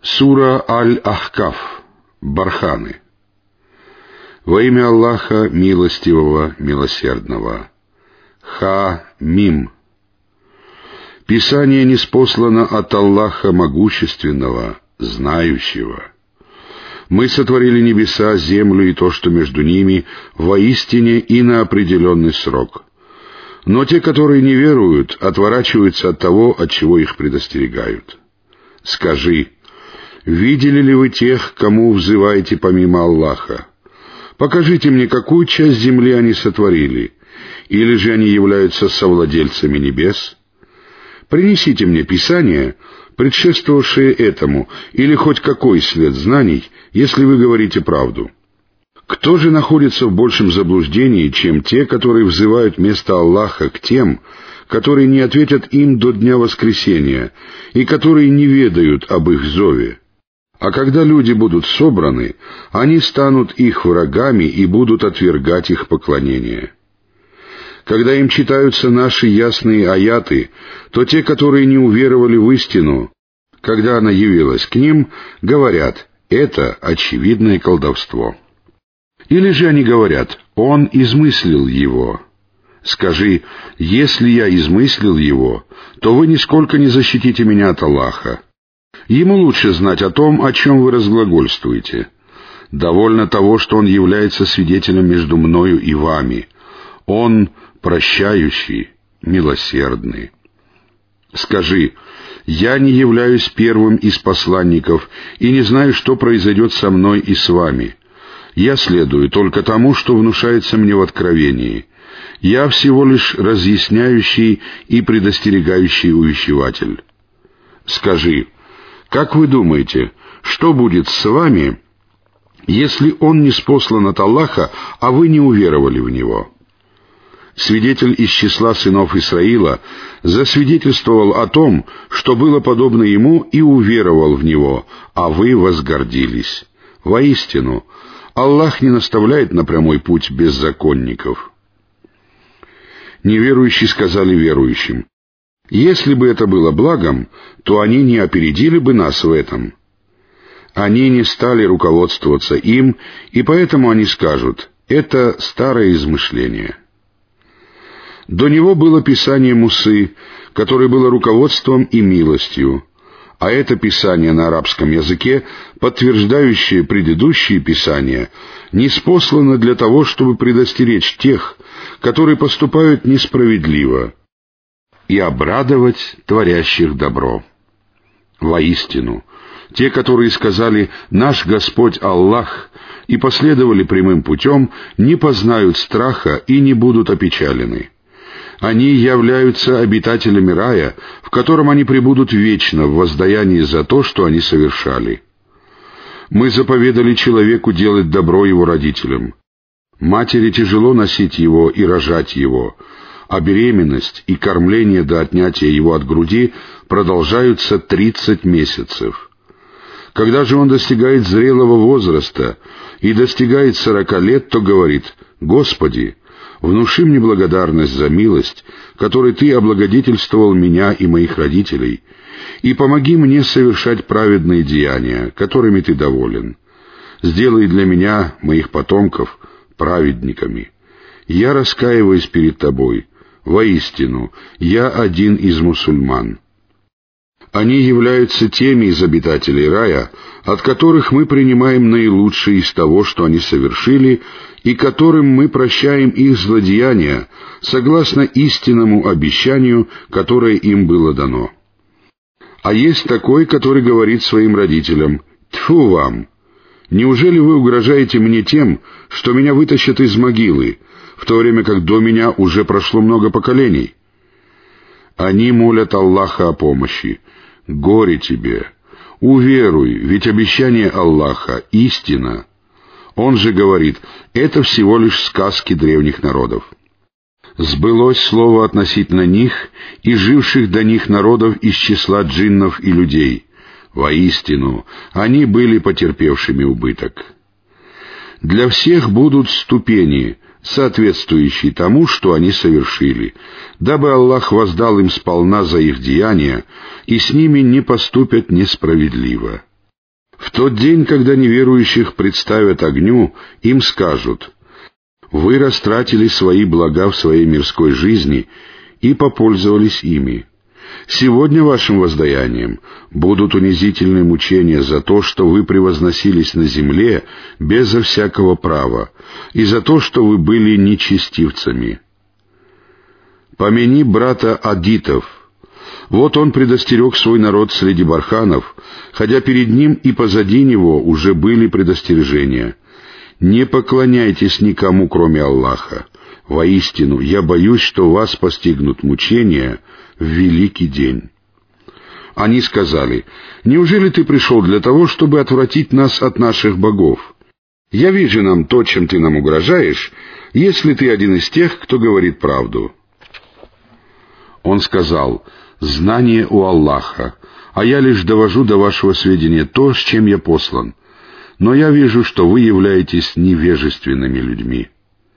Сура Аль-Ахкаф. Барханы. Во имя Аллаха Милостивого, Милосердного. Ха-Мим. Писание ниспослано от Аллаха Могущественного, Знающего. Мы сотворили небеса, землю и то, что между ними, воистине и на определенный срок. Но те, которые не веруют, отворачиваются от того, от чего их предостерегают. Скажи: видели ли вы тех, кому взываете помимо Аллаха? Покажите мне, какую часть земли они сотворили, или же они являются совладельцами небес? Принесите мне Писание, предшествовавшее этому, или хоть какой след знаний, если вы говорите правду. Кто же находится в большем заблуждении, чем те, которые взывают вместо Аллаха к тем, которые не ответят им до дня воскресения, и которые не ведают об их зове? А когда люди будут собраны, они станут их врагами и будут отвергать их поклонение. Когда им читаются наши ясные аяты, то те, которые не уверовали в истину, когда она явилась к ним, говорят: это очевидное колдовство. Или же они говорят: он измыслил его. Скажи: если я измыслил его, то вы нисколько не защитите меня от Аллаха. Ему лучше знать о том, о чем вы разглагольствуете. Довольно того, что он является свидетелем между мною и вами. Он прощающий, милосердный. Скажи: я не являюсь первым из посланников и не знаю, что произойдет со мной и с вами. Я следую только тому, что внушается мне в откровении. Я всего лишь разъясняющий и предостерегающий увещеватель. Скажи: как вы думаете, что будет с вами, если он ниспослан от Аллаха, а вы не уверовали в него? Свидетель из числа сынов Исраила засвидетельствовал о том, что было подобно ему, и уверовал в него, а вы возгордились. Воистину, Аллах не наставляет на прямой путь беззаконников. Неверующие сказали верующим: если бы это было благом, то они не опередили бы нас в этом. Они не стали руководствоваться им, и поэтому они скажут: это старое измышление. До него было Писание Мусы, которое было руководством и милостью, а это Писание на арабском языке, подтверждающее предыдущие Писания, ниспослано для того, чтобы предостеречь тех, которые поступают несправедливо, и обрадовать творящих добро. Воистину, те, которые сказали: «Наш Господь Аллах», и последовали прямым путем, не познают страха и не будут опечалены. Они являются обитателями рая, в котором они пребудут вечно в воздаянии за то, что они совершали. Мы заповедали человеку делать добро его родителям. Матери тяжело носить его и рожать его, а беременность и кормление до отнятия его от груди продолжаются 30 месяцев. Когда же он достигает зрелого возраста и достигает 40 лет, то говорит: «Господи, внуши мне благодарность за милость, которой Ты облагодетельствовал меня и моих родителей, и помоги мне совершать праведные деяния, которыми Ты доволен. Сделай для меня, моих потомков, праведниками. Я раскаиваюсь перед Тобой. Воистину, я один из мусульман». Они являются теми из обитателей рая, от которых мы принимаем наилучшее из того, что они совершили, и которым мы прощаем их злодеяния, согласно истинному обещанию, которое им было дано. А есть такой, который говорит своим родителям: «Тьфу вам! Неужели вы угрожаете мне тем, что меня вытащат из могилы, в то время как до меня уже прошло много поколений?» Они молят Аллаха о помощи. Горе тебе! Уверуй, ведь обещание Аллаха — истина. Он же говорит: это всего лишь сказки древних народов. Сбылось слово относительно них и живших до них народов из числа джиннов и людей. Воистину, они были потерпевшими убыток. Для всех будут ступени, соответствующие тому, что они совершили, дабы Аллах воздал им сполна за их деяния, и с ними не поступят несправедливо. В тот день, когда неверующих представят огню, им скажут: «Вы растратили свои блага в своей мирской жизни и попользовались ими. Сегодня вашим воздаянием будут унизительные мучения за то, что вы превозносились на земле безо всякого права, и за то, что вы были нечестивцами. Помяни брата Адитов. Вот он предостерег свой народ среди барханов, хотя перед ним и позади него уже были предостережения. Не поклоняйтесь никому, кроме Аллаха. Воистину, я боюсь, что вас постигнут мучения в великий день». Они сказали: «Неужели ты пришел для того, чтобы отвратить нас от наших богов? Яви же нам то, чем ты нам угрожаешь, если ты один из тех, кто говорит правду». Он сказал: «Знание у Аллаха, а я лишь довожу до вашего сведения то, с чем я послан. Но я вижу, что вы являетесь невежественными людьми».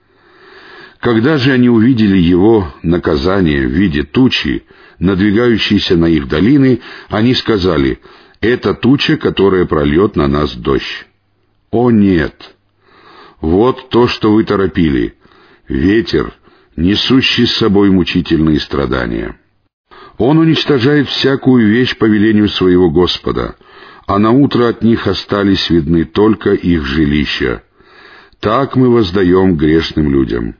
Когда же они увидели его наказание в виде тучи, надвигающейся на их долины, они сказали: «Это туча, которая прольет на нас дождь». О нет! Вот то, что вы торопили: ветер, несущий с собой мучительные страдания. Он уничтожает всякую вещь по велению своего Господа, а наутро от них остались видны только их жилища. Так мы воздаем грешным людям.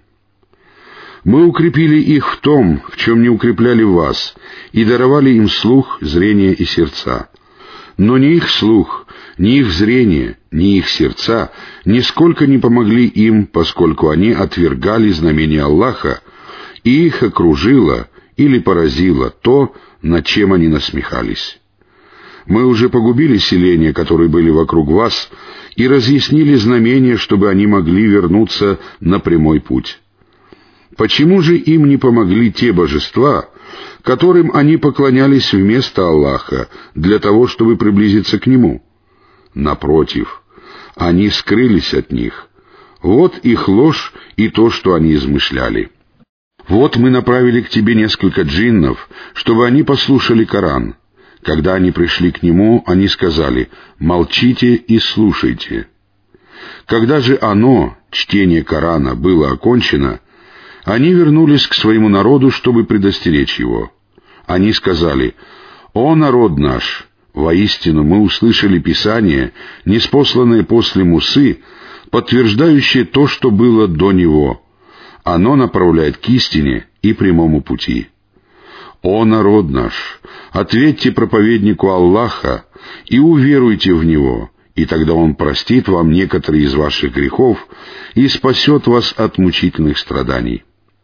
Мы укрепили их в том, в чем не укрепляли вас, и даровали им слух, зрение и сердца. Но ни их слух, ни их зрение, ни их сердца нисколько не помогли им, поскольку они отвергали знамения Аллаха, и их окружило или поразило то, над чем они насмехались. Мы уже погубили селения, которые были вокруг вас, и разъяснили знамения, чтобы они могли вернуться на прямой путь. Почему же им не помогли те божества, которым они поклонялись вместо Аллаха, для того, чтобы приблизиться к Нему? Напротив, они скрылись от них. Вот их ложь и то, что они измышляли. Вот мы направили к тебе несколько джиннов, чтобы они послушали Коран. Когда они пришли к нему, они сказали: «Молчите и слушайте». Когда же оно, чтение Корана, было окончено, они вернулись к своему народу, чтобы предостеречь его. Они сказали: «О народ наш! Воистину мы услышали Писание, ниспосланное после Мусы, подтверждающее то, что было до него. Оно направляет к истине и прямому пути. О народ наш! Ответьте проповеднику Аллаха и уверуйте в Него, и тогда Он простит вам некоторые из ваших грехов и спасет вас от мучительных страданий.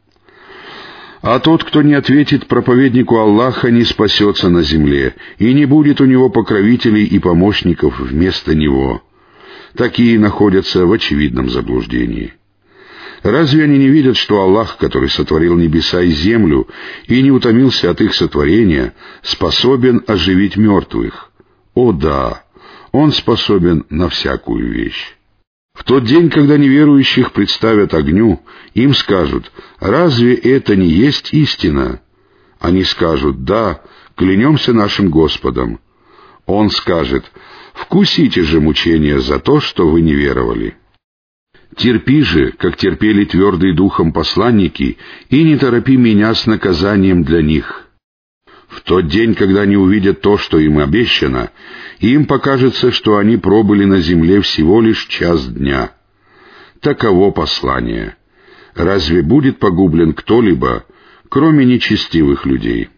А тот, кто не ответит проповеднику Аллаха, не спасется на земле, и не будет у него покровителей и помощников вместо него. Такие находятся в очевидном заблуждении. Разве они не видят, что Аллах, который сотворил небеса и землю и не утомился от их сотворения, способен оживить мертвых? О да, Он способен на всякую вещь. В тот день, когда неверующих представят огню, им скажут: «Разве это не есть истина?» Они скажут: «Да, клянемся нашим Господом». Он скажет: «Вкусите же мучения за то, что вы не веровали». Терпи же, как терпели твердые духом посланники, и не торопи меня с наказанием для них. В тот день, когда они увидят то, что им обещано, им покажется, что они пробыли на земле всего лишь час дня. Таково послание. Разве будет погублен кто-либо, кроме нечестивых людей?